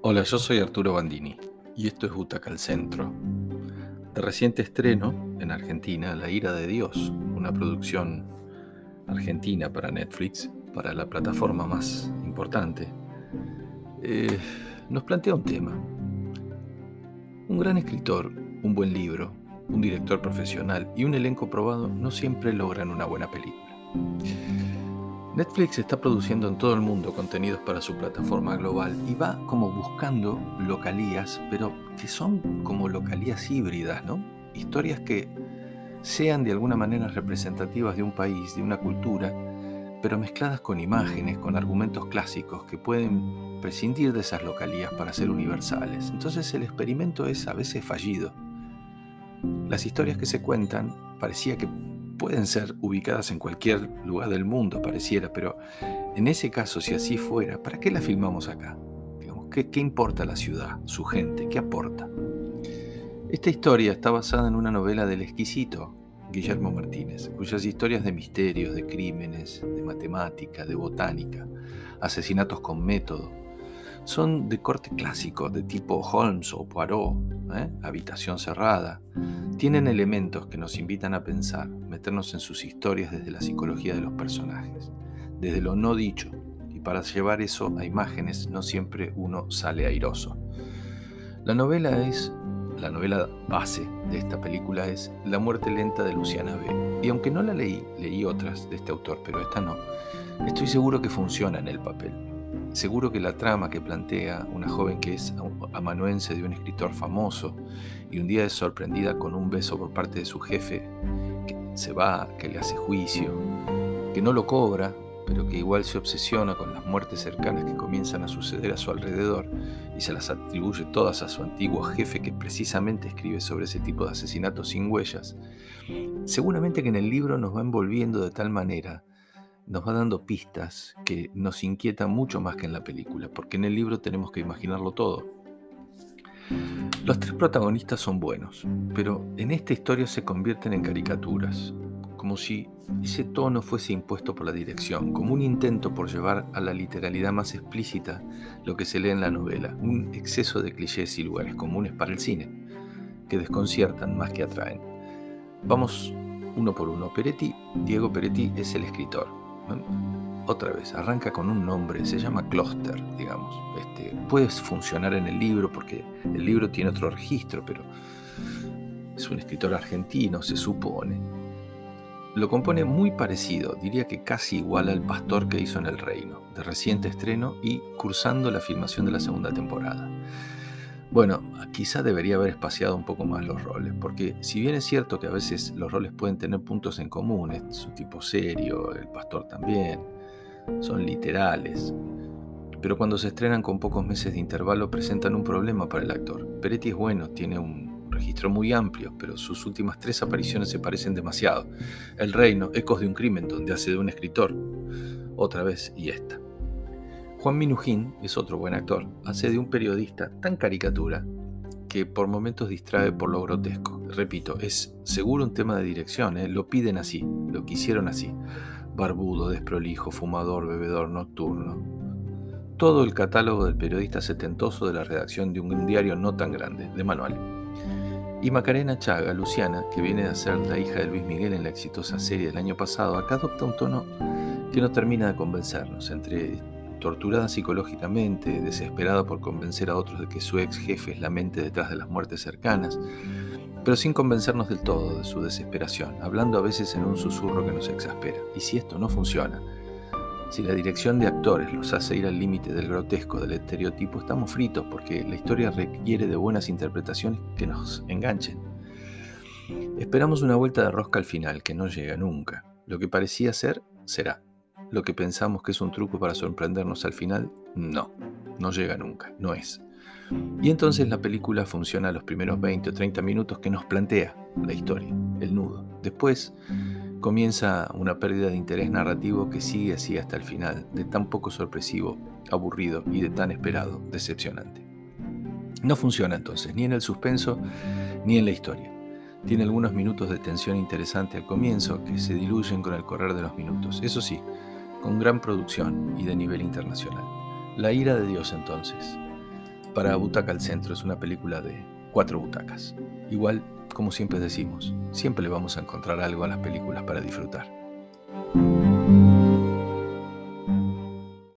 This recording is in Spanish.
Hola, yo soy Arturo Bandini y esto es Butaca al Centro. De reciente estreno en Argentina, La ira de Dios, una producción argentina para Netflix, para la plataforma más importante, nos plantea un tema. Un gran escritor, un buen libro, un director profesional y un elenco probado no siempre logran una buena película. Netflix está produciendo en todo el mundo contenidos para su plataforma global y va como buscando localías, pero que son como localías híbridas, ¿no? Historias que sean de alguna manera representativas de un país, de una cultura, pero mezcladas con imágenes, con argumentos clásicos que pueden prescindir de esas localías para ser universales. Entonces el experimento es a veces fallido. Las historias que se cuentan parecía que pueden ser ubicadas en cualquier lugar del mundo, pareciera, pero en ese caso, si así fuera, ¿para qué la filmamos acá? Digamos, ¿qué importa la ciudad, su gente? ¿Qué aporta? Esta historia está basada en una novela del exquisito Guillermo Martínez, cuyas historias de misterios, de crímenes, de matemática, de botánica, asesinatos con método, son de corte clásico, de tipo Holmes o Poirot, habitación cerrada. Tienen elementos que nos invitan a pensar, meternos en sus historias desde la psicología de los personajes, desde lo no dicho, y para llevar eso a imágenes no siempre uno sale airoso. La novela base de esta película es La muerte lenta de Luciana B. Y aunque no la leí otras de este autor, pero esta no, estoy seguro que funciona en el papel. Seguro que la trama que plantea una joven que es amanuense de un escritor famoso y un día es sorprendida con un beso por parte de su jefe, que se va, que le hace juicio, que no lo cobra, pero que igual se obsesiona con las muertes cercanas que comienzan a suceder a su alrededor y se las atribuye todas a su antiguo jefe que precisamente escribe sobre ese tipo de asesinatos sin huellas. Seguramente que en el libro nos va envolviendo de tal manera, nos va dando pistas que nos inquietan mucho más que en la película, porque en el libro tenemos que imaginarlo todo. Los tres protagonistas son buenos, pero en esta historia se convierten en caricaturas, como si ese tono fuese impuesto por la dirección, como un intento por llevar a la literalidad más explícita lo que se lee en la novela, un exceso de clichés y lugares comunes para el cine, que desconciertan más que atraen. Vamos uno por uno. Diego Peretti es el escritor. Otra vez, arranca con un nombre, se llama Closter, digamos. Puede funcionar en el libro porque el libro tiene otro registro, pero es un escritor argentino, se supone. Lo compone muy parecido, diría que casi igual al Pastor que hizo en El Reino, de reciente estreno y cursando la filmación de la segunda temporada. Bueno, quizá debería haber espaciado un poco más los roles, porque si bien es cierto que a veces los roles pueden tener puntos en común, es un tipo serio, el Pastor también, son literales, pero cuando se estrenan con pocos meses de intervalo presentan un problema para el actor. Peretti es bueno, tiene un registro muy amplio, pero sus últimas 3 apariciones se parecen demasiado. El Reino, Ecos de un crimen, donde hace de un escritor, otra vez, y esta. Juan Minujín es otro buen actor, hace de un periodista tan caricatura que por momentos distrae por lo grotesco. Repito, es seguro un tema de dirección, lo piden así, lo quisieron así. Barbudo, desprolijo, fumador, bebedor, nocturno. Todo el catálogo del periodista setentoso de la redacción de un diario no tan grande, de manual. Y Macarena Chaga, Luciana, que viene a ser la hija de Luis Miguel en la exitosa serie del año pasado, acá adopta un tono que no termina de convencernos, entre torturada psicológicamente, desesperada por convencer a otros de que su ex jefe es la mente detrás de las muertes cercanas, pero sin convencernos del todo de su desesperación, hablando a veces en un susurro que nos exaspera. Y si esto no funciona, si la dirección de actores los hace ir al límite del grotesco, del estereotipo, estamos fritos porque la historia requiere de buenas interpretaciones que nos enganchen. Esperamos una vuelta de rosca al final, que no llega nunca. Lo que parecía ser, será. Lo que pensamos que es un truco para sorprendernos al final, no llega nunca, no es. Y entonces la película funciona a los primeros 20 o 30 minutos que nos plantea la historia, el nudo. Después comienza una pérdida de interés narrativo que sigue así hasta el final, de tan poco sorpresivo, aburrido y de tan esperado, decepcionante. No funciona entonces, ni en el suspenso, ni en la historia. Tiene algunos minutos de tensión interesante al comienzo que se diluyen con el correr de los minutos. Eso sí, con gran producción y de nivel internacional. La ira de Dios entonces. para Butaca al Centro. Es una película de 4 butacas. Igual, como siempre decimos, siempre le vamos a encontrar algo a las películas para disfrutar.